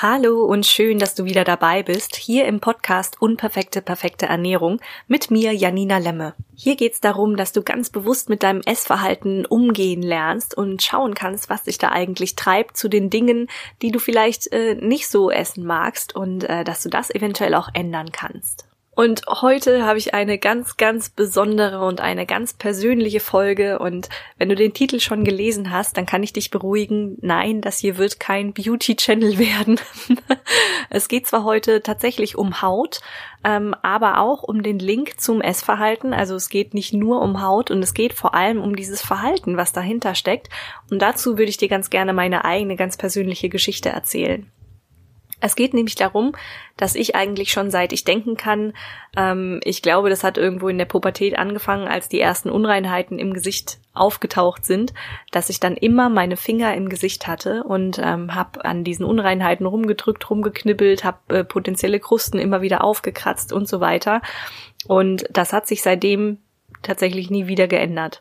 Hallo und schön, dass du wieder dabei bist, hier im Podcast Unperfekte, perfekte Ernährung mit mir, Janina Lemme. Hier geht's darum, dass du ganz bewusst mit deinem Essverhalten umgehen lernst und schauen kannst, was dich da eigentlich treibt zu den Dingen, die du vielleicht nicht so essen magst und dass du das eventuell auch ändern kannst. Und heute habe ich eine ganz, ganz besondere und eine ganz persönliche Folge und wenn du den Titel schon gelesen hast, dann kann ich dich beruhigen, nein, das hier wird kein Beauty-Channel werden. Es geht zwar heute tatsächlich um Haut, aber auch um den Link zum Essverhalten, also es geht nicht nur um Haut und es geht vor allem um dieses Verhalten, was dahinter steckt und dazu würde ich dir ganz gerne meine eigene, ganz persönliche Geschichte erzählen. Es geht nämlich darum, dass ich eigentlich schon seit ich denken kann, ich glaube, das hat irgendwo in der Pubertät angefangen, als die ersten Unreinheiten im Gesicht aufgetaucht sind, dass ich dann immer meine Finger im Gesicht hatte und habe an diesen Unreinheiten rumgedrückt, rumgeknibbelt, habe potenzielle Krusten immer wieder aufgekratzt und so weiter. Und das hat sich seitdem tatsächlich nie wieder geändert.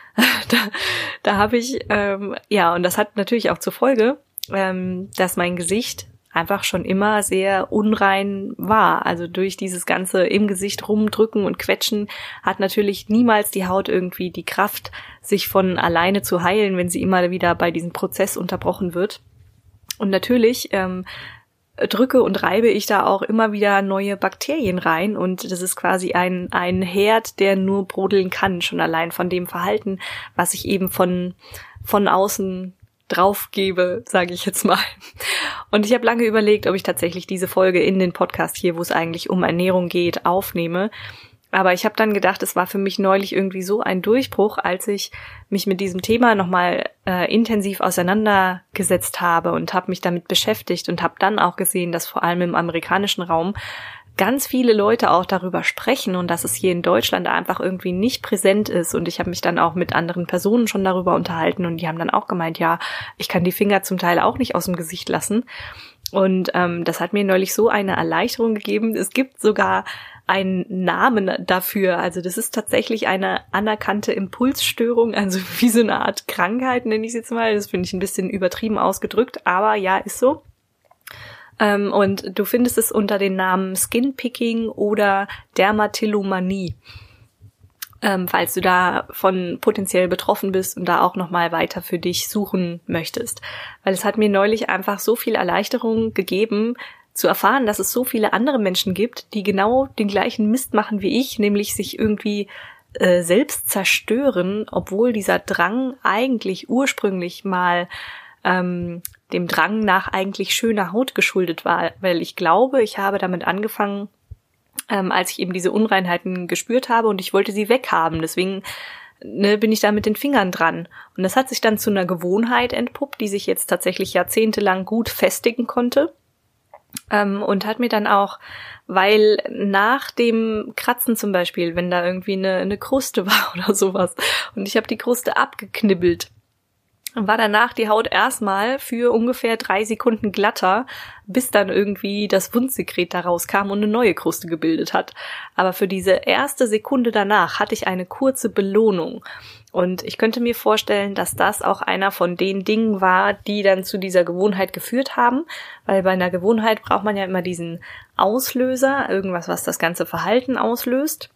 Da habe ich, und das hat natürlich auch zur Folge, dass mein Gesicht einfach schon immer sehr unrein war. Also durch dieses ganze im Gesicht rumdrücken und quetschen hat natürlich niemals die Haut irgendwie die Kraft, sich von alleine zu heilen, wenn sie immer wieder bei diesem Prozess unterbrochen wird. Und natürlich drücke und reibe ich da auch immer wieder neue Bakterien rein und das ist quasi ein Herd, der nur brodeln kann, schon allein von dem Verhalten, was ich eben von außen drauf gebe, sage ich jetzt mal. Und ich habe lange überlegt, ob ich tatsächlich diese Folge in den Podcast hier, wo es eigentlich um Ernährung geht, aufnehme. Aber ich habe dann gedacht, es war für mich neulich irgendwie so ein Durchbruch, als ich mich mit diesem Thema nochmal intensiv auseinandergesetzt habe und habe mich damit beschäftigt und habe dann auch gesehen, dass vor allem im amerikanischen Raum ganz viele Leute auch darüber sprechen und dass es hier in Deutschland einfach irgendwie nicht präsent ist. Und ich habe mich dann auch mit anderen Personen schon darüber unterhalten und die haben dann auch gemeint, ja, ich kann die Finger zum Teil auch nicht aus dem Gesicht lassen. Und das hat mir neulich so eine Erleichterung gegeben. Es gibt sogar einen Namen dafür. Also das ist tatsächlich eine anerkannte Impulsstörung, also wie so eine Art Krankheit, nenne ich es jetzt mal. Das finde ich ein bisschen übertrieben ausgedrückt, aber ja, ist so. Und du findest es unter den Namen Skinpicking oder Dermatillomanie, falls du davon potenziell betroffen bist und da auch nochmal weiter für dich suchen möchtest. Weil es hat mir neulich einfach so viel Erleichterung gegeben, zu erfahren, dass es so viele andere Menschen gibt, die genau den gleichen Mist machen wie ich, nämlich sich irgendwie selbst zerstören, obwohl dieser Drang eigentlich ursprünglich mal dem Drang nach eigentlich schöner Haut geschuldet war, weil ich glaube, ich habe damit angefangen, als ich eben diese Unreinheiten gespürt habe und ich wollte sie weghaben, deswegen bin ich da mit den Fingern dran. Und das hat sich dann zu einer Gewohnheit entpuppt, die sich jetzt tatsächlich jahrzehntelang gut festigen konnte und hat mir dann auch, weil nach dem Kratzen zum Beispiel, wenn da irgendwie eine Kruste war oder sowas und ich habe die Kruste abgeknibbelt, war danach die Haut erstmal für ungefähr 3 Sekunden glatter, bis dann irgendwie das Wundsekret da rauskam und eine neue Kruste gebildet hat. Aber für diese erste Sekunde danach hatte ich eine kurze Belohnung. Und ich könnte mir vorstellen, dass das auch einer von den Dingen war, die dann zu dieser Gewohnheit geführt haben. Weil bei einer Gewohnheit braucht man ja immer diesen Auslöser, irgendwas, was das ganze Verhalten auslöst.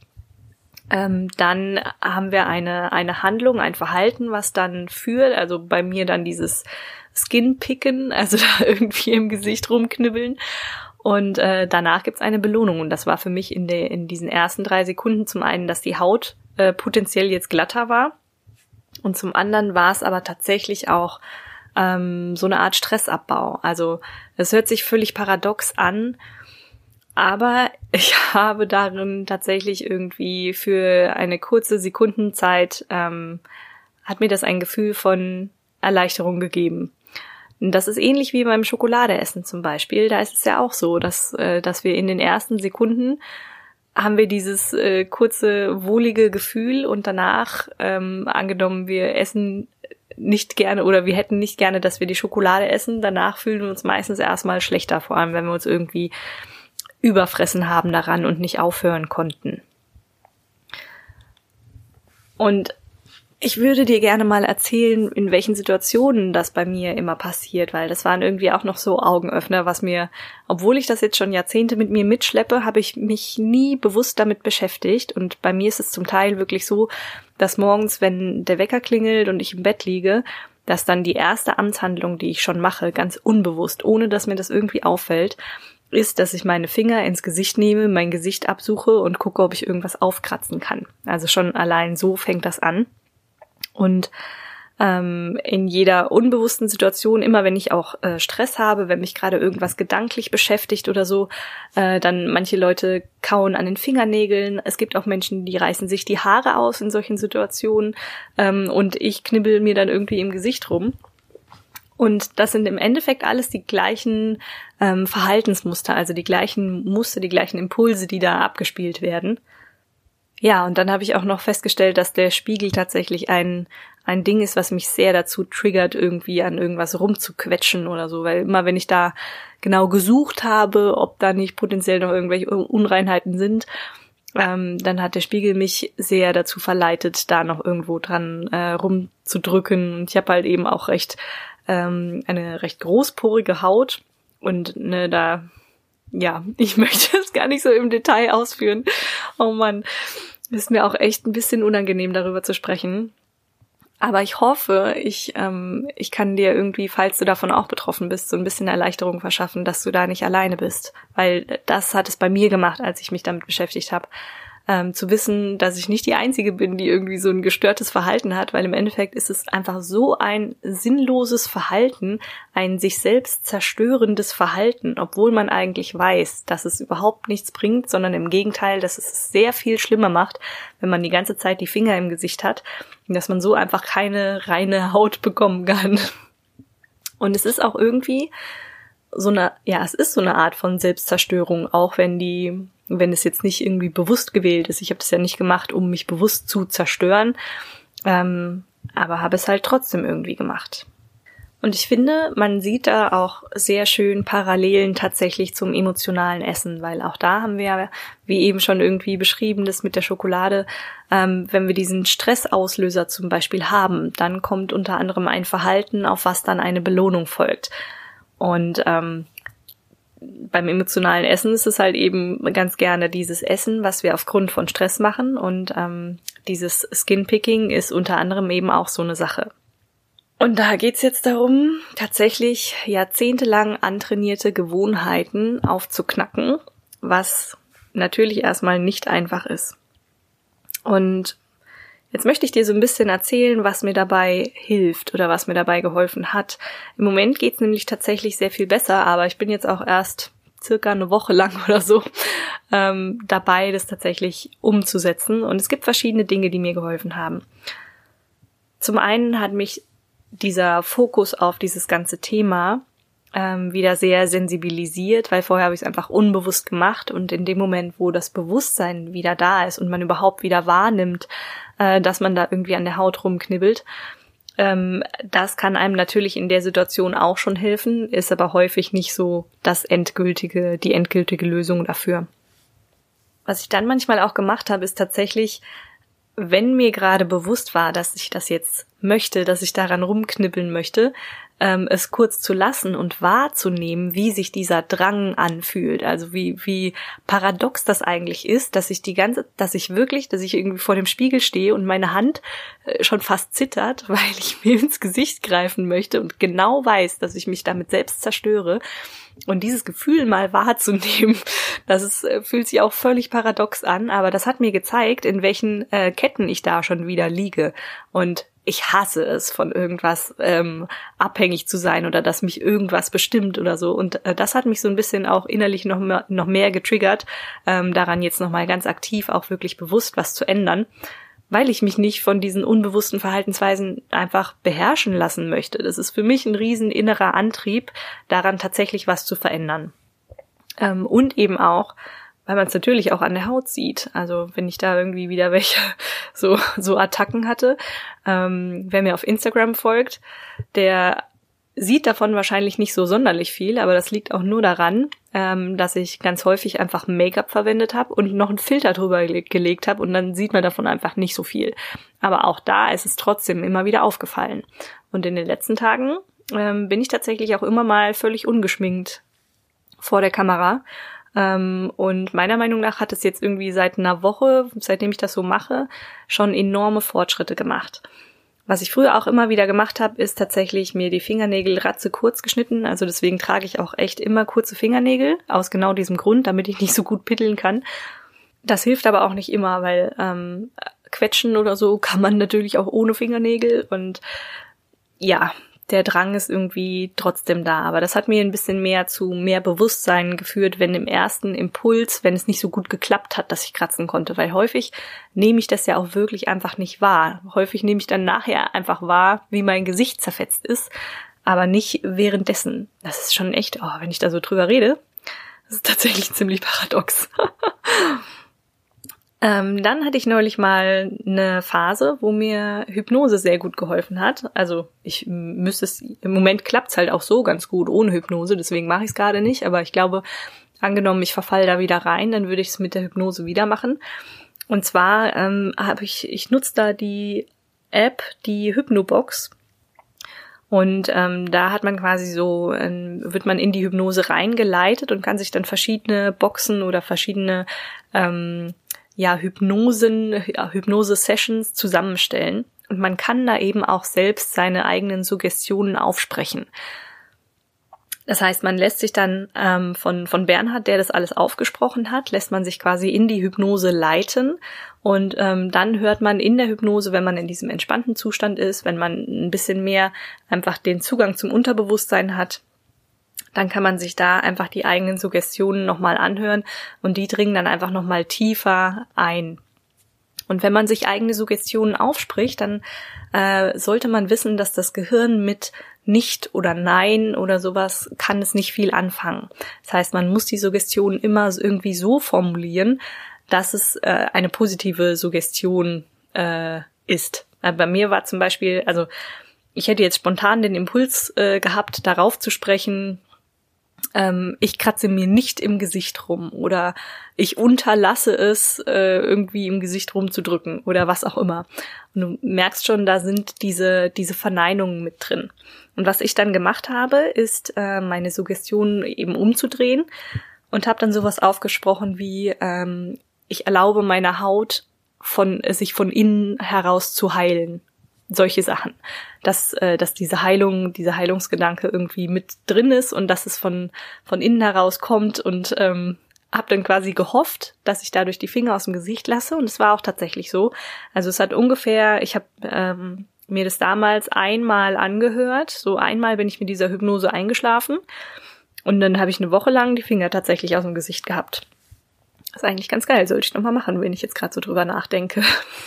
Dann haben wir eine Handlung, ein Verhalten, was dann führt, also bei mir dann dieses Skinpicken, also da irgendwie im Gesicht rumknibbeln und danach gibt's eine Belohnung und das war für mich in diesen ersten 3 Sekunden zum einen, dass die Haut potenziell jetzt glatter war und zum anderen war es aber tatsächlich auch so eine Art Stressabbau, also es hört sich völlig paradox an, aber ich habe darin tatsächlich irgendwie für eine kurze Sekundenzeit hat mir das ein Gefühl von Erleichterung gegeben. Und das ist ähnlich wie beim Schokoladeessen zum Beispiel. Da ist es ja auch so, dass wir in den ersten Sekunden haben wir dieses kurze, wohlige Gefühl und danach, angenommen, wir essen nicht gerne oder wir hätten nicht gerne, dass wir die Schokolade essen, danach fühlen wir uns meistens erstmal schlechter, vor allem wenn wir uns irgendwie überfressen haben daran und nicht aufhören konnten. Und Ich würde dir gerne mal erzählen, in welchen Situationen das bei mir immer passiert, weil das waren irgendwie auch noch so Augenöffner, was mir, obwohl ich das jetzt schon Jahrzehnte mit mir mitschleppe, habe ich mich nie bewusst damit beschäftigt. Und bei mir ist es zum Teil wirklich so, dass morgens, wenn der Wecker klingelt und ich im Bett liege, dass dann die erste Amtshandlung, die ich schon mache, ganz unbewusst, ohne dass mir das irgendwie auffällt, ist, dass ich meine Finger ins Gesicht nehme, mein Gesicht absuche und gucke, ob ich irgendwas aufkratzen kann. Also schon allein so fängt das an. Und in jeder unbewussten Situation, immer wenn ich auch Stress habe, wenn mich gerade irgendwas gedanklich beschäftigt oder so, dann manche Leute kauen an den Fingernägeln. Es gibt auch Menschen, die reißen sich die Haare aus in solchen Situationen und ich knibbel mir dann irgendwie im Gesicht rum. Und das sind im Endeffekt alles die gleichen Verhaltensmuster, also die gleichen Muster, die gleichen Impulse, die da abgespielt werden. Ja, und dann habe ich auch noch festgestellt, dass der Spiegel tatsächlich ein Ding ist, was mich sehr dazu triggert, irgendwie an irgendwas rumzuquetschen oder so, weil immer wenn ich da genau gesucht habe, ob da nicht potenziell noch irgendwelche Unreinheiten sind, dann hat der Spiegel mich sehr dazu verleitet, da noch irgendwo dran rumzudrücken. Und ich habe halt eben auch eine recht großporige Haut und ich möchte es gar nicht so im Detail ausführen. Oh Mann, ist mir auch echt ein bisschen unangenehm, darüber zu sprechen. Aber ich hoffe, ich kann dir irgendwie, falls du davon auch betroffen bist, so ein bisschen Erleichterung verschaffen, dass du da nicht alleine bist. Weil das hat es bei mir gemacht, als ich mich damit beschäftigt habe. Zu wissen, dass ich nicht die Einzige bin, die irgendwie so ein gestörtes Verhalten hat, weil im Endeffekt ist es einfach so ein sinnloses Verhalten, ein sich selbst zerstörendes Verhalten, obwohl man eigentlich weiß, dass es überhaupt nichts bringt, sondern im Gegenteil, dass es sehr viel schlimmer macht, wenn man die ganze Zeit die Finger im Gesicht hat und dass man so einfach keine reine Haut bekommen kann. Und es ist auch irgendwie es ist so eine Art von Selbstzerstörung, auch wenn es jetzt nicht irgendwie bewusst gewählt ist. Ich habe das ja nicht gemacht, um mich bewusst zu zerstören, aber habe es halt trotzdem irgendwie gemacht. Und ich finde, man sieht da auch sehr schön Parallelen tatsächlich zum emotionalen Essen, weil auch da haben wir ja, wie eben schon irgendwie beschrieben, das mit der Schokolade, wenn wir diesen Stressauslöser zum Beispiel haben, dann kommt unter anderem ein Verhalten, auf was dann eine Belohnung folgt. Und beim emotionalen Essen ist es halt eben ganz gerne dieses Essen, was wir aufgrund von Stress machen. Und dieses Skinpicking ist unter anderem eben auch so eine Sache. Und da geht's jetzt darum, tatsächlich jahrzehntelang antrainierte Gewohnheiten aufzuknacken, was natürlich erstmal nicht einfach ist. Und jetzt möchte ich dir so ein bisschen erzählen, was mir dabei hilft oder was mir dabei geholfen hat. Im Moment geht's nämlich tatsächlich sehr viel besser, aber ich bin jetzt auch erst circa eine Woche lang oder so dabei, das tatsächlich umzusetzen. Und es gibt verschiedene Dinge, die mir geholfen haben. Zum einen hat mich dieser Fokus auf dieses ganze Thema wieder sehr sensibilisiert, weil vorher habe ich es einfach unbewusst gemacht und in dem Moment, wo das Bewusstsein wieder da ist und man überhaupt wieder wahrnimmt, dass man da irgendwie an der Haut rumknibbelt, das kann einem natürlich in der Situation auch schon helfen, ist aber häufig nicht so die endgültige Lösung dafür. Was ich dann manchmal auch gemacht habe, ist tatsächlich, wenn mir gerade bewusst war, dass ich das jetzt möchte, dass ich daran rumknibbeln möchte, es kurz zu lassen und wahrzunehmen, wie sich dieser Drang anfühlt. Also wie paradox das eigentlich ist, dass ich irgendwie vor dem Spiegel stehe und meine Hand schon fast zittert, weil ich mir ins Gesicht greifen möchte und genau weiß, dass ich mich damit selbst zerstöre. Und dieses Gefühl mal wahrzunehmen, fühlt sich auch völlig paradox an, aber das hat mir gezeigt, in welchen Ketten ich da schon wieder liege. Und ich hasse es, von irgendwas abhängig zu sein oder dass mich irgendwas bestimmt oder so. Und das hat mich so ein bisschen auch innerlich noch mehr getriggert, daran jetzt nochmal ganz aktiv auch wirklich bewusst was zu ändern, weil ich mich nicht von diesen unbewussten Verhaltensweisen einfach beherrschen lassen möchte. Das ist für mich ein riesen innerer Antrieb, daran tatsächlich was zu verändern. Und eben auch, weil man es natürlich auch an der Haut sieht. Also wenn ich da irgendwie wieder welche so Attacken hatte, wer mir auf Instagram folgt, der sieht davon wahrscheinlich nicht so sonderlich viel, aber das liegt auch nur daran, dass ich ganz häufig einfach Make-up verwendet habe und noch einen Filter drüber gelegt habe und dann sieht man davon einfach nicht so viel. Aber auch da ist es trotzdem immer wieder aufgefallen. Und in den letzten Tagen bin ich tatsächlich auch immer mal völlig ungeschminkt vor der Kamera. Und meiner Meinung nach hat es jetzt irgendwie seit einer Woche, seitdem ich das so mache, schon enorme Fortschritte gemacht. Was ich früher auch immer wieder gemacht habe, ist tatsächlich mir die Fingernägel ratzekurz geschnitten. Also deswegen trage ich auch echt immer kurze Fingernägel, aus genau diesem Grund, damit ich nicht so gut piddeln kann. Das hilft aber auch nicht immer, weil quetschen oder so kann man natürlich auch ohne Fingernägel und ja, der Drang ist irgendwie trotzdem da. Aber das hat mir ein bisschen mehr zu mehr Bewusstsein geführt, wenn im ersten Impuls, wenn es nicht so gut geklappt hat, dass ich kratzen konnte. Weil häufig nehme ich das ja auch wirklich einfach nicht wahr. Häufig nehme ich dann nachher einfach wahr, wie mein Gesicht zerfetzt ist, aber nicht währenddessen. Das ist schon echt, wenn ich da so drüber rede, das ist tatsächlich ziemlich paradox. Dann hatte ich neulich mal eine Phase, wo mir Hypnose sehr gut geholfen hat. Also im Moment klappt's halt auch so ganz gut ohne Hypnose, deswegen mache ich es gerade nicht. Aber ich glaube, angenommen, ich verfalle da wieder rein, dann würde ich es mit der Hypnose wieder machen. Und zwar ich nutze da die App, die Hypnobox. Und da hat man quasi so, wird man in die Hypnose reingeleitet und kann sich dann verschiedene Boxen oder verschiedene Hypnose-Sessions zusammenstellen. Und man kann da eben auch selbst seine eigenen Suggestionen aufsprechen. Das heißt, man lässt sich dann von Bernhard, der das alles aufgesprochen hat, lässt man sich quasi in die Hypnose leiten. Und dann hört man in der Hypnose, wenn man in diesem entspannten Zustand ist, wenn man ein bisschen mehr einfach den Zugang zum Unterbewusstsein hat, dann kann man sich da einfach die eigenen Suggestionen nochmal anhören und die dringen dann einfach nochmal tiefer ein. Und wenn man sich eigene Suggestionen aufspricht, dann sollte man wissen, dass das Gehirn mit nicht oder nein oder sowas kann es nicht viel anfangen. Das heißt, man muss die Suggestion immer irgendwie so formulieren, dass es eine positive Suggestion ist. Bei mir war zum Beispiel, also ich hätte jetzt spontan den Impuls gehabt, darauf zu sprechen, ich kratze mir nicht im Gesicht rum oder ich unterlasse es, irgendwie im Gesicht rumzudrücken oder was auch immer. Und du merkst schon, da sind diese Verneinungen mit drin. Und was ich dann gemacht habe, ist meine Suggestionen eben umzudrehen und habe dann sowas aufgesprochen wie, ich erlaube meiner Haut, sich von innen heraus zu heilen. Solche Sachen, dass dieser Heilungsgedanke irgendwie mit drin ist und dass es von innen heraus kommt und habe dann quasi gehofft, dass ich dadurch die Finger aus dem Gesicht lasse und es war auch tatsächlich so. Also es hat ungefähr, ich habe mir das damals einmal angehört, so einmal bin ich mit dieser Hypnose eingeschlafen und dann habe ich eine Woche lang die Finger tatsächlich aus dem Gesicht gehabt. Das ist eigentlich ganz geil, sollte ich nochmal machen, wenn ich jetzt gerade so drüber nachdenke.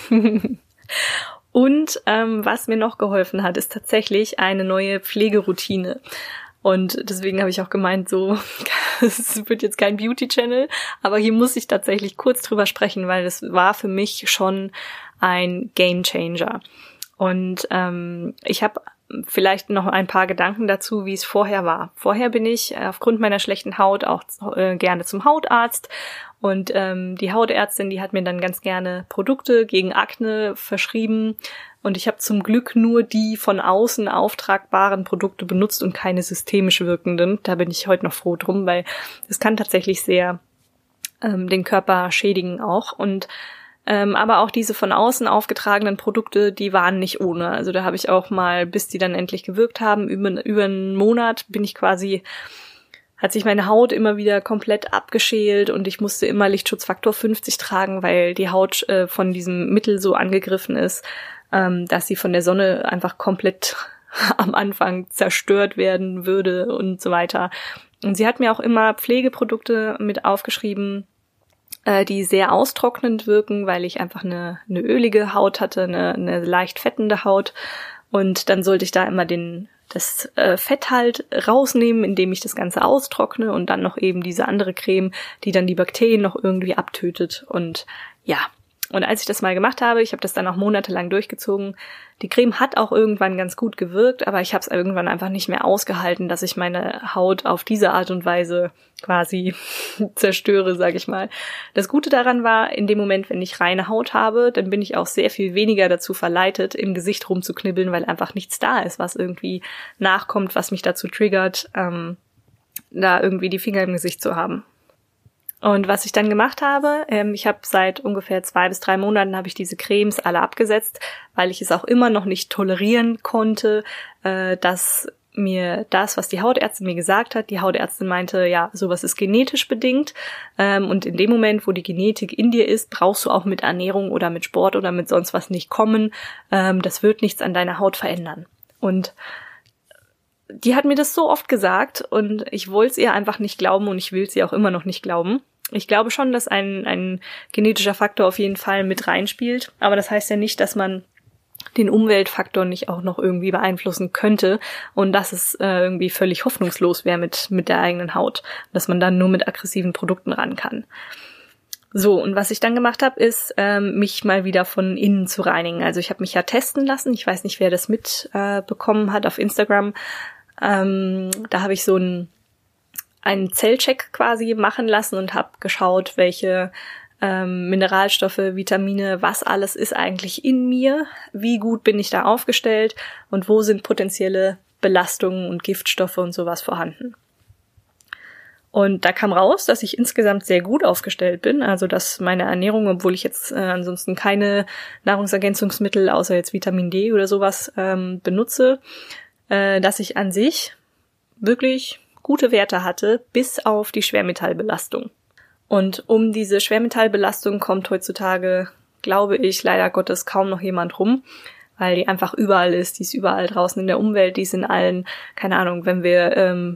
Und was mir noch geholfen hat, ist tatsächlich eine neue Pflegeroutine. Und deswegen habe ich auch gemeint, so, es wird jetzt kein Beauty-Channel, aber hier muss ich tatsächlich kurz drüber sprechen, weil das war für mich schon ein Game-Changer. Und ich habe vielleicht noch ein paar Gedanken dazu, wie es vorher war. Vorher bin ich aufgrund meiner schlechten Haut auch gerne zum Hautarzt. Und die Hautärztin, die hat mir dann ganz gerne Produkte gegen Akne verschrieben. Und ich habe zum Glück nur die von außen auftragbaren Produkte benutzt und keine systemisch wirkenden. Da bin ich heute noch froh drum, weil es kann tatsächlich sehr den Körper schädigen auch. Und aber auch diese von außen aufgetragenen Produkte, die waren nicht ohne. Also da habe ich auch mal, bis die dann endlich gewirkt haben, über einen Monat hat sich meine Haut immer wieder komplett abgeschält und ich musste immer Lichtschutzfaktor 50 tragen, weil die Haut von diesem Mittel so angegriffen ist, dass sie von der Sonne einfach komplett am Anfang zerstört werden würde und so weiter. Und sie hat mir auch immer Pflegeprodukte mit aufgeschrieben, die sehr austrocknend wirken, weil ich einfach eine ölige Haut hatte, eine leicht fettende Haut. Und dann sollte ich da immer das Fett halt rausnehmen, indem ich das Ganze austrockne und dann noch eben diese andere Creme, die dann die Bakterien noch irgendwie abtötet. Und ja, Und als ich das mal gemacht habe, ich habe das dann auch monatelang durchgezogen, die Creme hat auch irgendwann ganz gut gewirkt, aber ich habe es irgendwann einfach nicht mehr ausgehalten, dass ich meine Haut auf diese Art und Weise quasi zerstöre, sage ich mal. Das Gute daran war, in dem Moment, wenn ich reine Haut habe, dann bin ich auch sehr viel weniger dazu verleitet, im Gesicht rumzuknibbeln, weil einfach nichts da ist, was irgendwie nachkommt, was mich dazu triggert, da irgendwie die Finger im Gesicht zu haben. Und was ich dann gemacht habe, ich habe seit ungefähr 2 bis 3 Monaten habe ich diese Cremes alle abgesetzt, weil ich es auch immer noch nicht tolerieren konnte, dass mir das, was die Hautärztin mir gesagt hat, die Hautärztin meinte, ja, sowas ist genetisch bedingt, und in dem Moment, wo die Genetik in dir ist, brauchst du auch mit Ernährung oder mit Sport oder mit sonst was nicht kommen, das wird nichts an deiner Haut verändern. Und die hat mir das so oft gesagt und ich wollte es ihr einfach nicht glauben und ich will es ihr auch immer noch nicht glauben. Ich glaube schon, dass ein genetischer Faktor auf jeden Fall mit reinspielt, aber das heißt ja nicht, dass man den Umweltfaktor nicht auch noch irgendwie beeinflussen könnte und dass es irgendwie völlig hoffnungslos wäre mit der eigenen Haut, dass man dann nur mit aggressiven Produkten ran kann. So, und was ich dann gemacht habe, ist, mich mal wieder von innen zu reinigen. Also ich habe mich ja testen lassen, ich weiß nicht, wer das mitbekommen hat auf Instagram. Da habe ich so einen Zellcheck quasi machen lassen und habe geschaut, welche Mineralstoffe, Vitamine, was alles ist eigentlich in mir, wie gut bin ich da aufgestellt und wo sind potenzielle Belastungen und Giftstoffe und sowas vorhanden. Und da kam raus, dass ich insgesamt sehr gut aufgestellt bin, also dass meine Ernährung, obwohl ich jetzt ansonsten keine Nahrungsergänzungsmittel außer jetzt Vitamin D oder sowas benutze, dass ich an sich wirklich gute Werte hatte, bis auf die Schwermetallbelastung. Und um diese Schwermetallbelastung kommt heutzutage, glaube ich, leider Gottes kaum noch jemand rum, weil die einfach überall ist, die ist überall draußen in der Umwelt, die ist in allen, keine Ahnung, wenn wir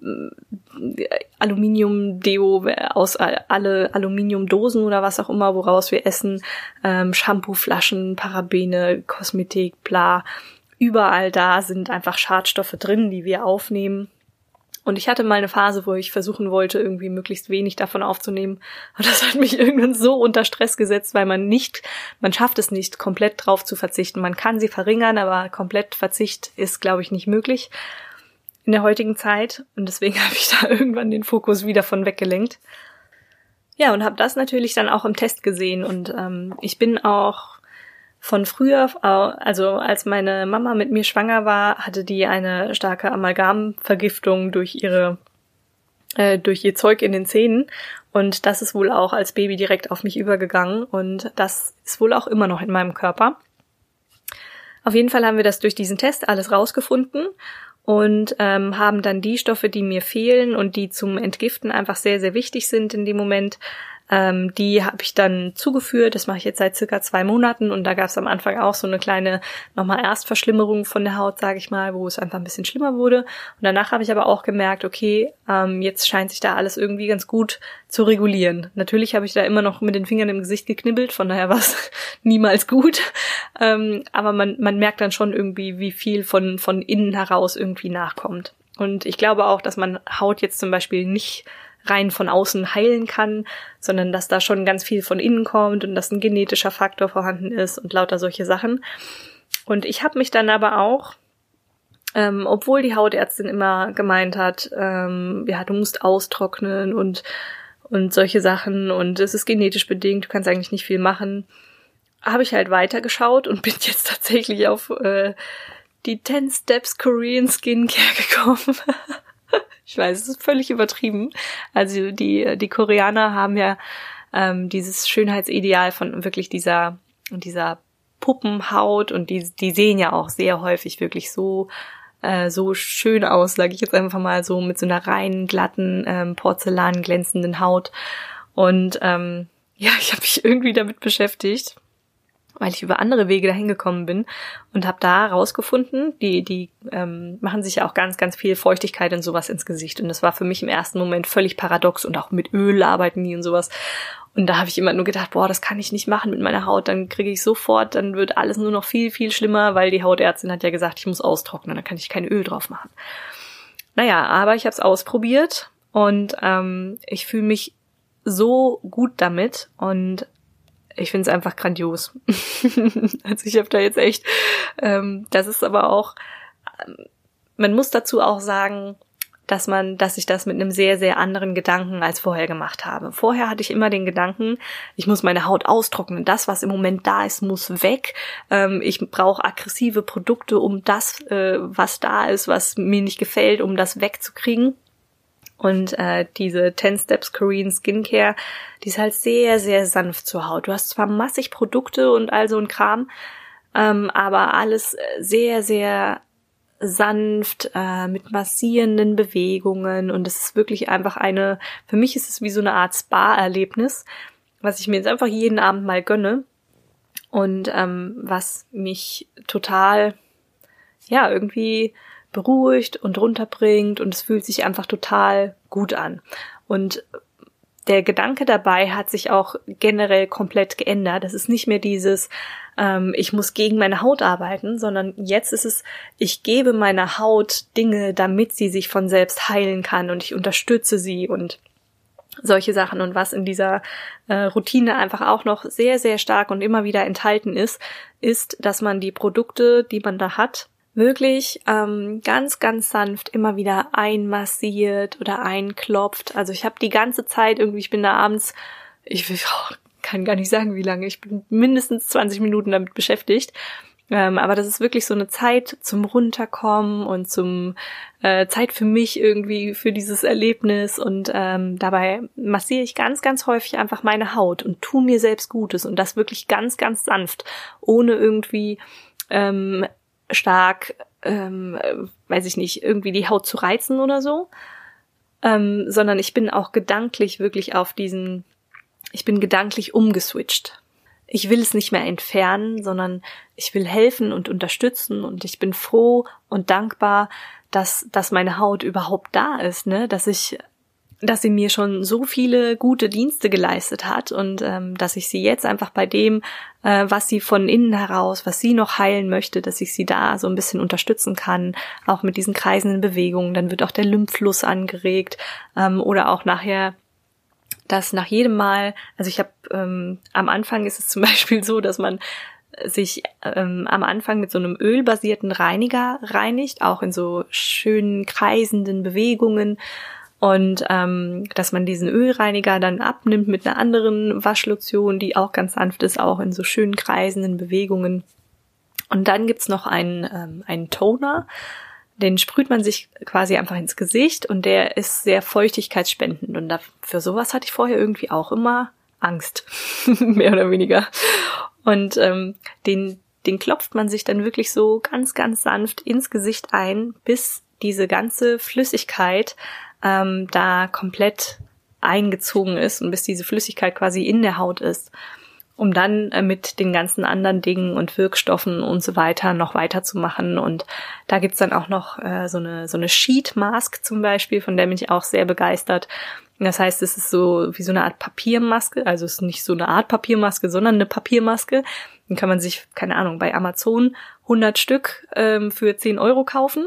Aluminium-Deo aus alle Aluminiumdosen oder was auch immer, woraus wir essen, Shampooflaschen, Parabene, Kosmetik, bla, überall da sind einfach Schadstoffe drin, die wir aufnehmen. Und ich hatte mal eine Phase, wo ich versuchen wollte, irgendwie möglichst wenig davon aufzunehmen. Und das hat mich irgendwann so unter Stress gesetzt, weil man schafft es nicht, komplett drauf zu verzichten. Man kann sie verringern, aber komplett Verzicht ist, glaube ich, nicht möglich in der heutigen Zeit. Und deswegen habe ich da irgendwann den Fokus wieder von weggelenkt. Ja, und habe das natürlich dann auch im Test gesehen. Und ich bin auch von früher, also als meine Mama mit mir schwanger war, hatte die eine starke Amalgamvergiftung durch ihr Zeug in den Zähnen. Und das ist wohl auch als Baby direkt auf mich übergegangen. Und das ist wohl auch immer noch in meinem Körper. Auf jeden Fall haben wir das durch diesen Test alles rausgefunden und haben dann die Stoffe, die mir fehlen und die zum Entgiften einfach sehr, sehr wichtig sind in dem Moment, die habe ich dann zugeführt. Das mache ich jetzt seit circa 2 Monaten und da gab es am Anfang auch so eine kleine nochmal Erstverschlimmerung von der Haut, sage ich mal, wo es einfach ein bisschen schlimmer wurde. Und danach habe ich aber auch gemerkt, okay, jetzt scheint sich da alles irgendwie ganz gut zu regulieren. Natürlich habe ich da immer noch mit den Fingern im Gesicht geknibbelt, von daher war es niemals gut. Aber man merkt dann schon irgendwie, wie viel von innen heraus irgendwie nachkommt. Und ich glaube auch, dass man Haut jetzt zum Beispiel nicht rein von außen heilen kann, sondern dass da schon ganz viel von innen kommt und dass ein genetischer Faktor vorhanden ist und lauter solche Sachen. Und ich habe mich dann aber auch, obwohl die Hautärztin immer gemeint hat, ja, du musst austrocknen und solche Sachen und es ist genetisch bedingt, du kannst eigentlich nicht viel machen, habe ich halt weitergeschaut und bin jetzt tatsächlich auf die 10 Steps Korean Skincare gekommen. Ich weiß, es ist völlig übertrieben. Also die Koreaner haben ja dieses Schönheitsideal von wirklich dieser Puppenhaut und die sehen ja auch sehr häufig wirklich so schön aus, sage ich jetzt einfach mal so, mit so einer reinen, glatten, Porzellan glänzenden Haut. Und ja, ich habe mich irgendwie damit beschäftigt, weil ich über andere Wege dahin gekommen bin und habe da rausgefunden, die machen sich ja auch ganz, ganz viel Feuchtigkeit und sowas ins Gesicht. Und das war für mich im ersten Moment völlig paradox und auch mit Öl arbeiten die und sowas. Und da habe ich immer nur gedacht, boah, das kann ich nicht machen mit meiner Haut, dann kriege ich sofort, dann wird alles nur noch viel, viel schlimmer, weil die Hautärztin hat ja gesagt, ich muss austrocknen, dann kann ich kein Öl drauf machen. Naja, aber ich habe es ausprobiert und ich fühle mich so gut damit und ich finde es einfach grandios. Also ich habe da jetzt echt, das ist aber auch, man muss dazu auch sagen, dass ich das mit einem sehr, sehr anderen Gedanken als vorher gemacht habe. Vorher hatte ich immer den Gedanken, ich muss meine Haut austrocknen. Das, was im Moment da ist, muss weg. Ich brauche aggressive Produkte, um das, was da ist, was mir nicht gefällt, um das wegzukriegen. Und diese 10 Steps Korean Skincare, die ist halt sehr, sehr sanft zur Haut. Du hast zwar massig Produkte und all so ein Kram, aber alles sehr, sehr sanft, mit massierenden Bewegungen, und es ist wirklich einfach für mich ist es wie so eine Art Spa-Erlebnis, was ich mir jetzt einfach jeden Abend mal gönne und was mich total, ja, irgendwie beruhigt und runterbringt, und es fühlt sich einfach total gut an. Und der Gedanke dabei hat sich auch generell komplett geändert. Das ist nicht mehr dieses, ich muss gegen meine Haut arbeiten, sondern jetzt ist es, ich gebe meiner Haut Dinge, damit sie sich von selbst heilen kann, und ich unterstütze sie und solche Sachen. Und was in dieser Routine einfach auch noch sehr, sehr stark und immer wieder enthalten ist, dass man die Produkte, die man da hat, wirklich ganz, ganz sanft immer wieder einmassiert oder einklopft. Also ich habe die ganze Zeit irgendwie, ich bin da abends, kann gar nicht sagen, wie lange, ich bin mindestens 20 Minuten damit beschäftigt. Aber das ist wirklich so eine Zeit zum Runterkommen und zum Zeit für mich irgendwie, für dieses Erlebnis. Und dabei massiere ich ganz, ganz häufig einfach meine Haut und tue mir selbst Gutes, und das wirklich ganz, ganz sanft, ohne irgendwie stark, weiß ich nicht, irgendwie die Haut zu reizen oder so, sondern ich bin auch gedanklich wirklich ich bin gedanklich umgeswitcht. Ich will es nicht mehr entfernen, sondern ich will helfen und unterstützen, und ich bin froh und dankbar, dass meine Haut überhaupt da ist, ne, dass sie mir schon so viele gute Dienste geleistet hat, und dass ich sie jetzt einfach bei dem, was sie von innen heraus, was sie noch heilen möchte, dass ich sie da so ein bisschen unterstützen kann, auch mit diesen kreisenden Bewegungen. Dann wird auch der Lymphfluss angeregt, oder auch nachher, dass nach jedem Mal, also ich habe am Anfang ist es zum Beispiel so, dass man sich am Anfang mit so einem ölbasierten Reiniger reinigt, auch in so schönen kreisenden Bewegungen. Und dass man diesen Ölreiniger dann abnimmt mit einer anderen Waschlotion, die auch ganz sanft ist, auch in so schönen kreisenden Bewegungen. Und dann gibt's noch einen Toner, den sprüht man sich quasi einfach ins Gesicht, und der ist sehr feuchtigkeitsspendend. Und für sowas hatte ich vorher irgendwie auch immer Angst, mehr oder weniger. Und den klopft man sich dann wirklich so ganz, ganz sanft ins Gesicht ein, bis diese ganze Flüssigkeit da komplett eingezogen ist und bis diese Flüssigkeit quasi in der Haut ist, um dann mit den ganzen anderen Dingen und Wirkstoffen und so weiter noch weiterzumachen. Und da gibt's dann auch noch so eine Sheet Mask zum Beispiel, von der bin ich auch sehr begeistert. Das heißt, es ist so wie so eine Art Papiermaske, also es ist nicht so eine Art Papiermaske, sondern eine Papiermaske. Dann kann man sich, keine Ahnung, bei Amazon 100 Stück für 10 € kaufen.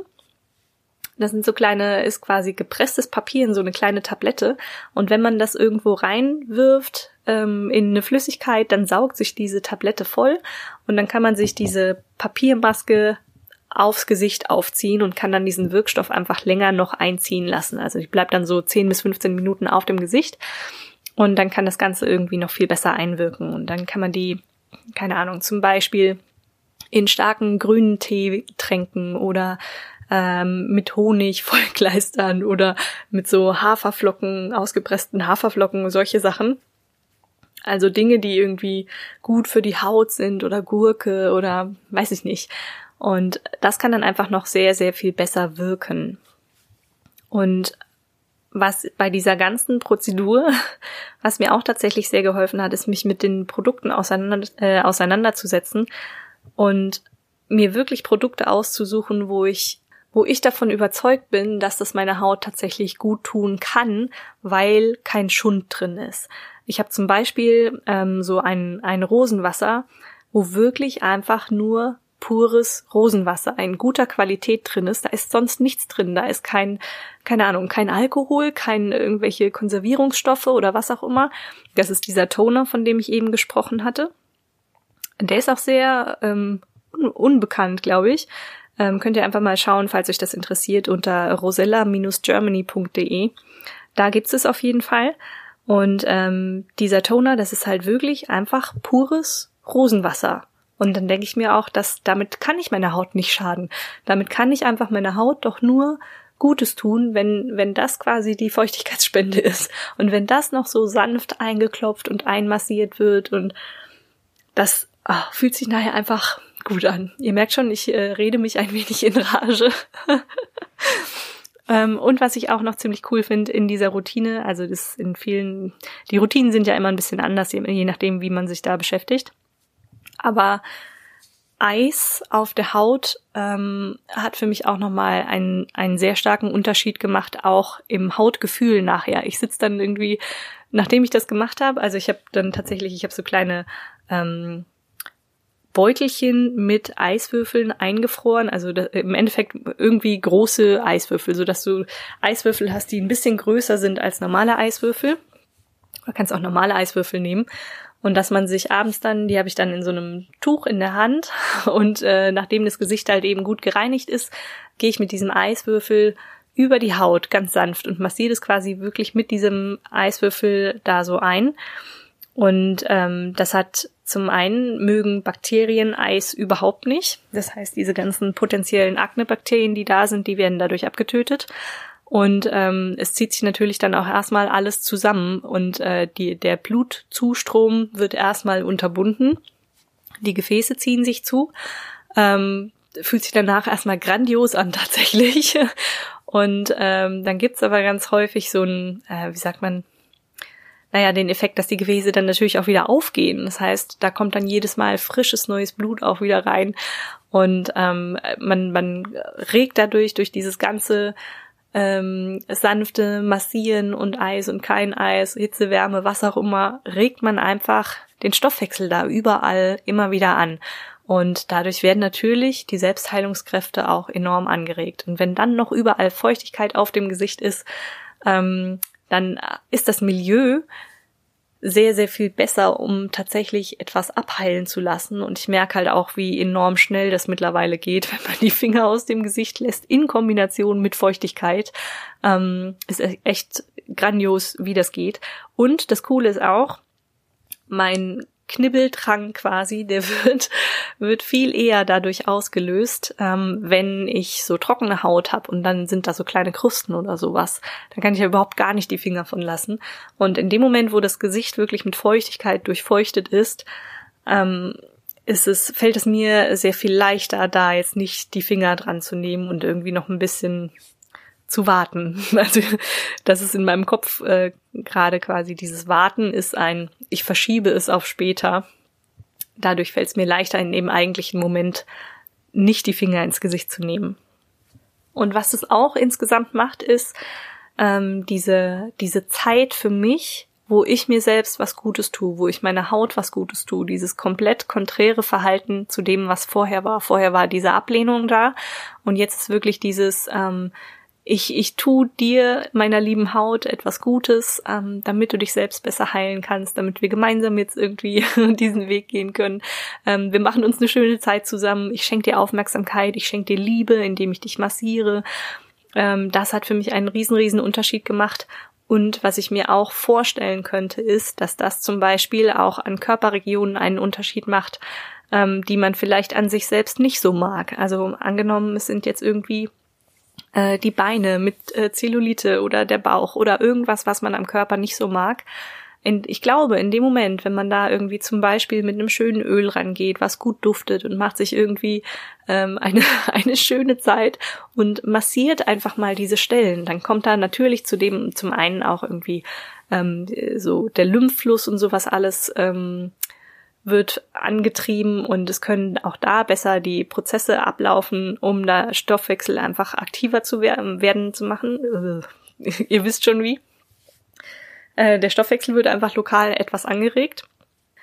Das sind ist quasi gepresstes Papier in so eine kleine Tablette. Und wenn man das irgendwo reinwirft in eine Flüssigkeit, dann saugt sich diese Tablette voll. Und dann kann man sich diese Papiermaske aufs Gesicht aufziehen und kann dann diesen Wirkstoff einfach länger noch einziehen lassen. Also die bleibt dann so 10 bis 15 Minuten auf dem Gesicht. Und dann kann das Ganze irgendwie noch viel besser einwirken. Und dann kann man die, keine Ahnung, zum Beispiel in starken grünen Tee tränken oder mit Honig vollkleistern oder mit so Haferflocken, ausgepressten Haferflocken, solche Sachen. Also Dinge, die irgendwie gut für die Haut sind, oder Gurke oder weiß ich nicht. Und das kann dann einfach noch sehr, sehr viel besser wirken. Und was bei dieser ganzen Prozedur, was mir auch tatsächlich sehr geholfen hat, ist, mich mit den Produkten auseinanderzusetzen und mir wirklich Produkte auszusuchen, wo ich davon überzeugt bin, dass das meiner Haut tatsächlich gut tun kann, weil kein Schund drin ist. Ich habe zum Beispiel so ein Rosenwasser, wo wirklich einfach nur pures Rosenwasser in guter Qualität drin ist. Da ist sonst nichts drin. Da ist kein Alkohol, kein irgendwelche Konservierungsstoffe oder was auch immer. Das ist dieser Toner, von dem ich eben gesprochen hatte. Der ist auch sehr unbekannt, glaube ich. Könnt ihr einfach mal schauen, falls euch das interessiert, unter rosella-germany.de. Da gibt's es auf jeden Fall. Und dieser Toner, das ist halt wirklich einfach pures Rosenwasser. Und dann denke ich mir auch, dass damit kann ich meiner Haut nicht schaden. Damit kann ich einfach meiner Haut doch nur Gutes tun, wenn das quasi die Feuchtigkeitsspende ist. Und wenn das noch so sanft eingeklopft und einmassiert wird und das fühlt sich nachher einfach gut an. Ihr merkt schon, ich rede mich ein wenig in Rage. Und was ich auch noch ziemlich cool finde in dieser Routine, also die Routinen sind ja immer ein bisschen anders, je nachdem, wie man sich da beschäftigt. Aber Eis auf der Haut hat für mich auch nochmal einen sehr starken Unterschied gemacht, auch im Hautgefühl nachher. Ich sitze dann irgendwie, nachdem ich das gemacht habe, also ich habe so kleine Beutelchen mit Eiswürfeln eingefroren, also im Endeffekt irgendwie große Eiswürfel, sodass du Eiswürfel hast, die ein bisschen größer sind als normale Eiswürfel. Du kannst auch normale Eiswürfel nehmen. Und dass man sich abends dann, die habe ich dann in so einem Tuch in der Hand und nachdem das Gesicht halt eben gut gereinigt ist, gehe ich mit diesem Eiswürfel über die Haut ganz sanft und massiere das quasi wirklich mit diesem Eiswürfel da so ein. Und das hat zum einen mögen Bakterien Eis überhaupt nicht. Das heißt, diese ganzen potenziellen Aknebakterien, die da sind, die werden dadurch abgetötet. Und es zieht sich natürlich dann auch erstmal alles zusammen und der Blutzustrom wird erstmal unterbunden. Die Gefäße ziehen sich zu. Fühlt sich danach erstmal grandios an tatsächlich. Und dann gibt's aber ganz häufig so ein, den Effekt, dass die Gefäße dann natürlich auch wieder aufgehen. Das heißt, da kommt dann jedes Mal frisches, neues Blut auch wieder rein. Und man regt dadurch, durch dieses ganze sanfte Massieren und Eis und kein Eis, Hitze, Wärme, was auch immer, regt man einfach den Stoffwechsel da überall immer wieder an. Und dadurch werden natürlich die Selbstheilungskräfte auch enorm angeregt. Und wenn dann noch überall Feuchtigkeit auf dem Gesicht ist, dann ist das Milieu sehr, sehr viel besser, um tatsächlich etwas abheilen zu lassen. Und ich merke halt auch, wie enorm schnell das mittlerweile geht, wenn man die Finger aus dem Gesicht lässt, in Kombination mit Feuchtigkeit. Ist echt grandios, wie das geht. Und das Coole ist auch, mein Knibbeldrang quasi, der wird viel eher dadurch ausgelöst, wenn ich so trockene Haut habe und dann sind da so kleine Krusten oder sowas. Da kann ich ja überhaupt gar nicht die Finger von lassen. Und in dem Moment, wo das Gesicht wirklich mit Feuchtigkeit durchfeuchtet ist, fällt es mir sehr viel leichter, da jetzt nicht die Finger dran zu nehmen und irgendwie noch ein bisschen zu warten. Also das ist in meinem Kopf gerade quasi dieses Warten ist ich verschiebe es auf später. Dadurch fällt es mir leichter, in dem eigentlichen Moment nicht die Finger ins Gesicht zu nehmen. Und was es auch insgesamt macht, ist diese Zeit für mich, wo ich mir selbst was Gutes tue, wo ich meiner Haut was Gutes tue, dieses komplett konträre Verhalten zu dem, was vorher war. Vorher war diese Ablehnung da und jetzt ist wirklich dieses ich tue dir, meiner lieben Haut, etwas Gutes, damit du dich selbst besser heilen kannst, damit wir gemeinsam jetzt irgendwie diesen Weg gehen können. Wir machen uns eine schöne Zeit zusammen. Ich schenke dir Aufmerksamkeit, ich schenke dir Liebe, indem ich dich massiere. Das hat für mich einen riesen Unterschied gemacht. Und was ich mir auch vorstellen könnte, ist, dass das zum Beispiel auch an Körperregionen einen Unterschied macht, die man vielleicht an sich selbst nicht so mag. Also angenommen, es sind jetzt irgendwie die Beine mit Zellulite oder der Bauch oder irgendwas, was man am Körper nicht so mag. Und ich glaube, in dem Moment, wenn man da irgendwie zum Beispiel mit einem schönen Öl rangeht, was gut duftet und macht sich irgendwie eine schöne Zeit und massiert einfach mal diese Stellen, dann kommt da natürlich zum einen auch irgendwie so der Lymphfluss und sowas alles wird angetrieben und es können auch da besser die Prozesse ablaufen, um da Stoffwechsel einfach aktiver zu werden zu machen. Ihr wisst schon wie. Der Stoffwechsel wird einfach lokal etwas angeregt.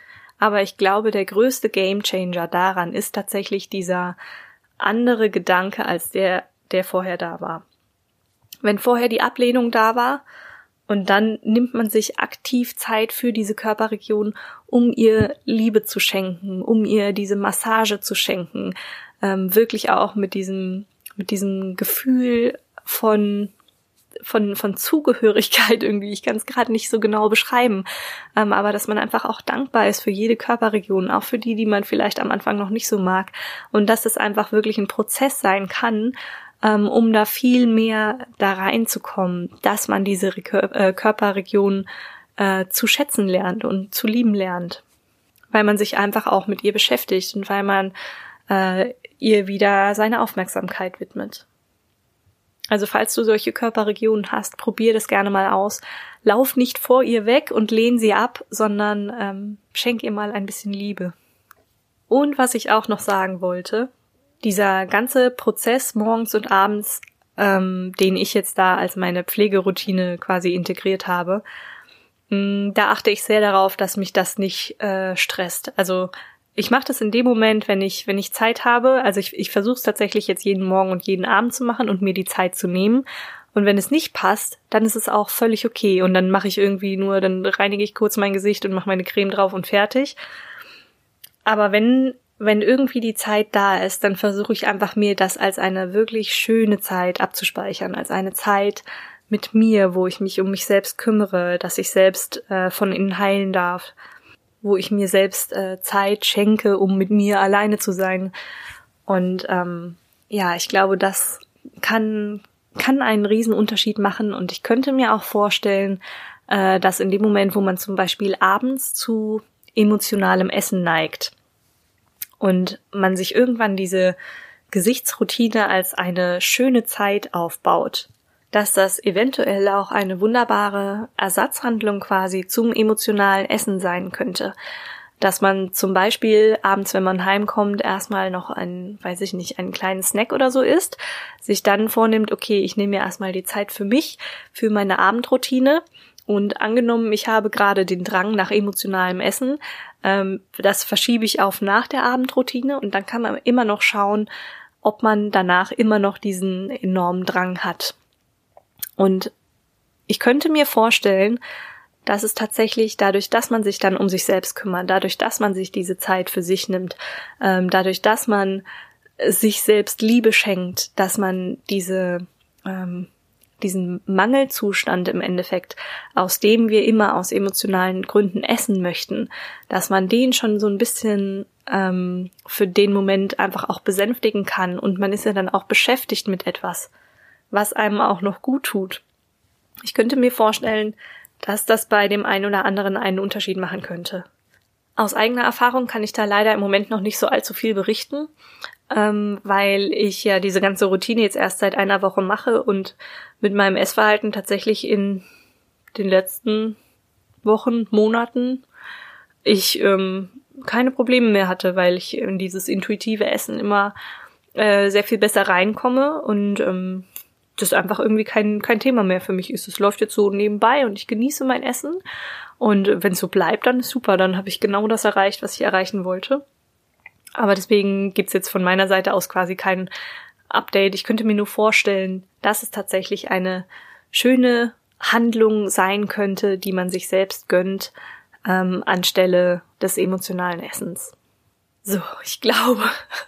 Aber ich glaube, der größte Gamechanger daran ist tatsächlich dieser andere Gedanke als der vorher da war. Wenn vorher die Ablehnung da war und dann nimmt man sich aktiv Zeit für diese Körperregion, um ihr Liebe zu schenken, um ihr diese Massage zu schenken, wirklich auch mit diesem Gefühl von Zugehörigkeit irgendwie. Ich kann es gerade nicht so genau beschreiben, aber dass man einfach auch dankbar ist für jede Körperregion, auch für die man vielleicht am Anfang noch nicht so mag, und dass es einfach wirklich ein Prozess sein kann, um da viel mehr da reinzukommen, dass man diese Körperregion zu schätzen lernt und zu lieben lernt, weil man sich einfach auch mit ihr beschäftigt und weil man ihr wieder seine Aufmerksamkeit widmet. Also falls du solche Körperregionen hast, probier das gerne mal aus. Lauf nicht vor ihr weg und lehn sie ab, sondern schenk ihr mal ein bisschen Liebe. Und was ich auch noch sagen wollte, dieser ganze Prozess morgens und abends, den ich jetzt da als meine Pflegeroutine quasi integriert habe, da achte ich sehr darauf, dass mich das nicht stresst. Also ich mache das in dem Moment, wenn ich Zeit habe. Also ich versuche es tatsächlich jetzt jeden Morgen und jeden Abend zu machen und mir die Zeit zu nehmen. Und wenn es nicht passt, dann ist es auch völlig okay. Und dann mache ich dann reinige ich kurz mein Gesicht und mache meine Creme drauf und fertig. Aber wenn irgendwie die Zeit da ist, dann versuche ich einfach, mir das als eine wirklich schöne Zeit abzuspeichern, als eine Zeit mit mir, wo ich mich um mich selbst kümmere, dass ich selbst von innen heilen darf, wo ich mir selbst Zeit schenke, um mit mir alleine zu sein. Und ich glaube, das kann einen riesen Unterschied machen. Und ich könnte mir auch vorstellen, dass in dem Moment, wo man zum Beispiel abends zu emotionalem Essen neigt und man sich irgendwann diese Gesichtsroutine als eine schöne Zeit aufbaut, dass das eventuell auch eine wunderbare Ersatzhandlung quasi zum emotionalen Essen sein könnte. Dass man zum Beispiel abends, wenn man heimkommt, erstmal noch einen kleinen Snack oder so isst, sich dann vornimmt, okay, ich nehme mir erstmal die Zeit für mich, für meine Abendroutine. Und angenommen, ich habe gerade den Drang nach emotionalem Essen, das verschiebe ich auf nach der Abendroutine und dann kann man immer noch schauen, ob man danach immer noch diesen enormen Drang hat. Und ich könnte mir vorstellen, dass es tatsächlich dadurch, dass man sich dann um sich selbst kümmert, dadurch, dass man sich diese Zeit für sich nimmt, dadurch, dass man sich selbst Liebe schenkt, dass man diesen Mangelzustand im Endeffekt, aus dem wir immer aus emotionalen Gründen essen möchten, dass man den schon so ein bisschen für den Moment einfach auch besänftigen kann und man ist ja dann auch beschäftigt mit etwas, was einem auch noch gut tut. Ich könnte mir vorstellen, dass das bei dem einen oder anderen einen Unterschied machen könnte. Aus eigener Erfahrung kann ich da leider im Moment noch nicht so allzu viel berichten, weil ich ja diese ganze Routine jetzt erst seit einer Woche mache und mit meinem Essverhalten tatsächlich in den letzten Wochen, Monaten ich keine Probleme mehr hatte, weil ich in dieses intuitive Essen immer sehr viel besser reinkomme und das einfach irgendwie kein Thema mehr für mich ist. Es läuft jetzt so nebenbei und ich genieße mein Essen und wenn es so bleibt, dann ist super, dann habe ich genau das erreicht, was ich erreichen wollte. Aber deswegen gibt's jetzt von meiner Seite aus quasi kein Update. Ich könnte mir nur vorstellen, dass es tatsächlich eine schöne Handlung sein könnte, die man sich selbst gönnt, anstelle des emotionalen Essens. So, ich glaube,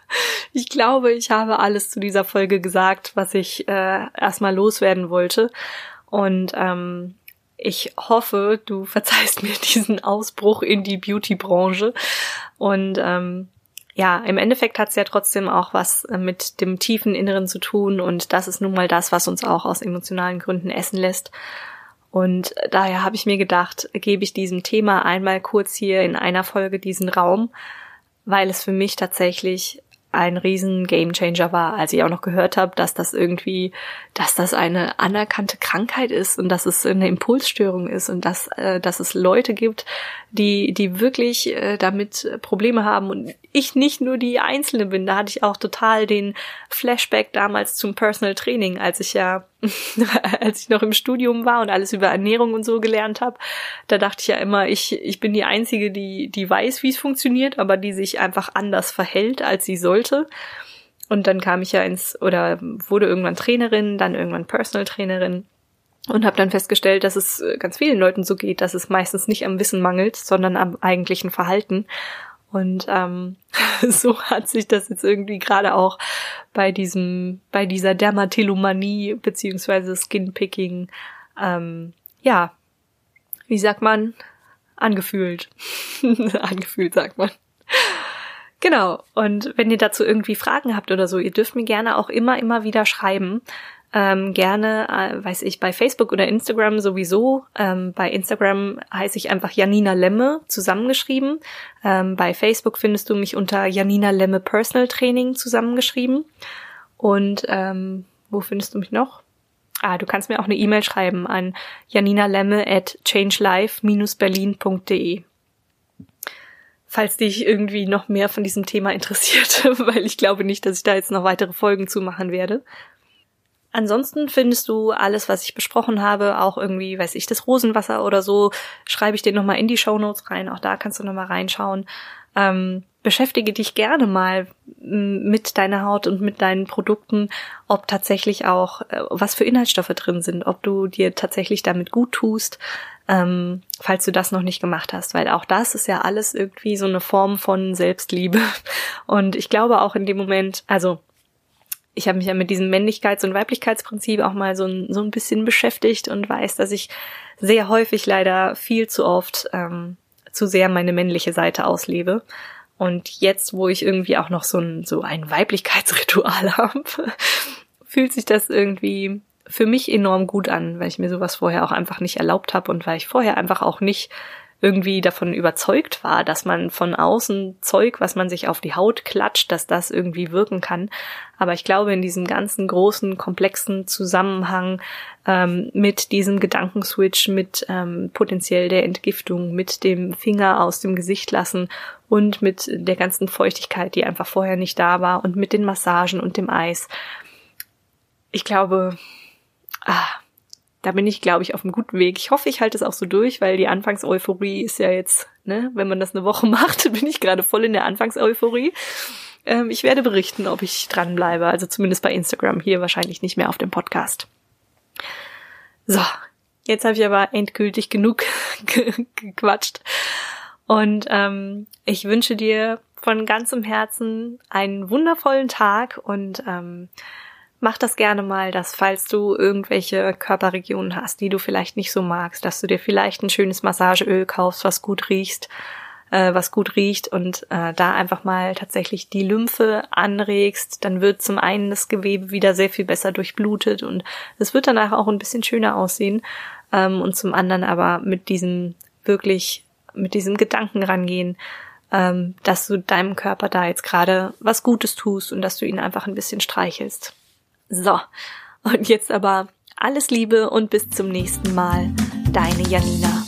ich habe alles zu dieser Folge gesagt, was ich erstmal loswerden wollte. Und ich hoffe, du verzeihst mir diesen Ausbruch in die Beauty-Branche. Und im Endeffekt hat es ja trotzdem auch was mit dem tiefen Inneren zu tun. Und das ist nun mal das, was uns auch aus emotionalen Gründen essen lässt. Und daher habe ich mir gedacht, gebe ich diesem Thema einmal kurz hier in einer Folge diesen Raum, weil es für mich tatsächlich ein riesen Gamechanger war, als ich auch noch gehört habe, dass das eine anerkannte Krankheit ist und dass es eine Impulsstörung ist und dass es Leute gibt, die wirklich damit Probleme haben. Und ich nicht nur die Einzelne bin. Da hatte ich auch total den Flashback damals zum Personal Training, als ich noch im Studium war und alles über Ernährung und so gelernt habe. Da dachte ich ja immer, ich bin die Einzige, die weiß, wie es funktioniert, aber die sich einfach anders verhält, als sie sollte. Und dann kam ich ja wurde irgendwann Trainerin, dann irgendwann Personal Trainerin und habe dann festgestellt, dass es ganz vielen Leuten so geht, dass es meistens nicht am Wissen mangelt, sondern am eigentlichen Verhalten. Und so hat sich das jetzt irgendwie gerade auch bei dieser Dermatillomanie beziehungsweise Skinpicking, wie sagt man? Angefühlt. Angefühlt, sagt man. Genau, und wenn ihr dazu irgendwie Fragen habt oder so, ihr dürft mir gerne auch immer wieder schreiben. Gerne, bei Facebook oder Instagram sowieso. Bei Instagram heiße ich einfach Janina Lemme, zusammengeschrieben. Bei Facebook findest du mich unter Janina Lemme Personal Training, zusammengeschrieben. Und wo findest du mich noch? Du kannst mir auch eine E-Mail schreiben an janinalemme@changelife-berlin.de. Falls dich irgendwie noch mehr von diesem Thema interessiert, weil ich glaube nicht, dass ich da jetzt noch weitere Folgen zu machen werde. Ansonsten findest du alles, was ich besprochen habe, auch irgendwie, das Rosenwasser oder so, schreibe ich dir nochmal in die Shownotes rein, auch da kannst du nochmal reinschauen. Beschäftige dich gerne mal mit deiner Haut und mit deinen Produkten, ob tatsächlich auch, was für Inhaltsstoffe drin sind, ob du dir tatsächlich damit gut tust, falls du das noch nicht gemacht hast, weil auch das ist ja alles irgendwie so eine Form von Selbstliebe. Und ich glaube auch in dem Moment, ich habe mich ja mit diesem Männlichkeits- und Weiblichkeitsprinzip auch mal so ein bisschen beschäftigt und weiß, dass ich sehr häufig leider viel zu oft zu sehr meine männliche Seite auslebe. Und jetzt, wo ich irgendwie auch noch so ein Weiblichkeitsritual habe, fühlt sich das irgendwie für mich enorm gut an, weil ich mir sowas vorher auch einfach nicht erlaubt habe und weil ich vorher einfach auch nicht irgendwie davon überzeugt war, dass man von außen Zeug, was man sich auf die Haut klatscht, dass das irgendwie wirken kann. Aber ich glaube, in diesem ganzen großen, komplexen Zusammenhang mit diesem Gedankenswitch, mit potenziell der Entgiftung, mit dem Finger aus dem Gesicht lassen und mit der ganzen Feuchtigkeit, die einfach vorher nicht da war und mit den Massagen und dem Eis. Ich glaube, da bin ich, glaube ich, auf einem guten Weg. Ich hoffe, ich halte es auch so durch, weil die Anfangseuphorie ist ja jetzt, wenn man das eine Woche macht, bin ich gerade voll in der Anfangseuphorie. Ich werde berichten, ob ich dranbleibe, also zumindest bei Instagram, hier wahrscheinlich nicht mehr auf dem Podcast. So, jetzt habe ich aber endgültig genug gequatscht. Und ich wünsche dir von ganzem Herzen einen wundervollen Tag und mach das gerne mal, dass falls du irgendwelche Körperregionen hast, die du vielleicht nicht so magst, dass du dir vielleicht ein schönes Massageöl kaufst, was gut riecht und da einfach mal tatsächlich die Lymphe anregst, dann wird zum einen das Gewebe wieder sehr viel besser durchblutet und es wird danach auch ein bisschen schöner aussehen und zum anderen aber mit diesem Gedanken rangehen, dass du deinem Körper da jetzt gerade was Gutes tust und dass du ihn einfach ein bisschen streichelst. So, und jetzt aber alles Liebe und bis zum nächsten Mal. Deine Janina.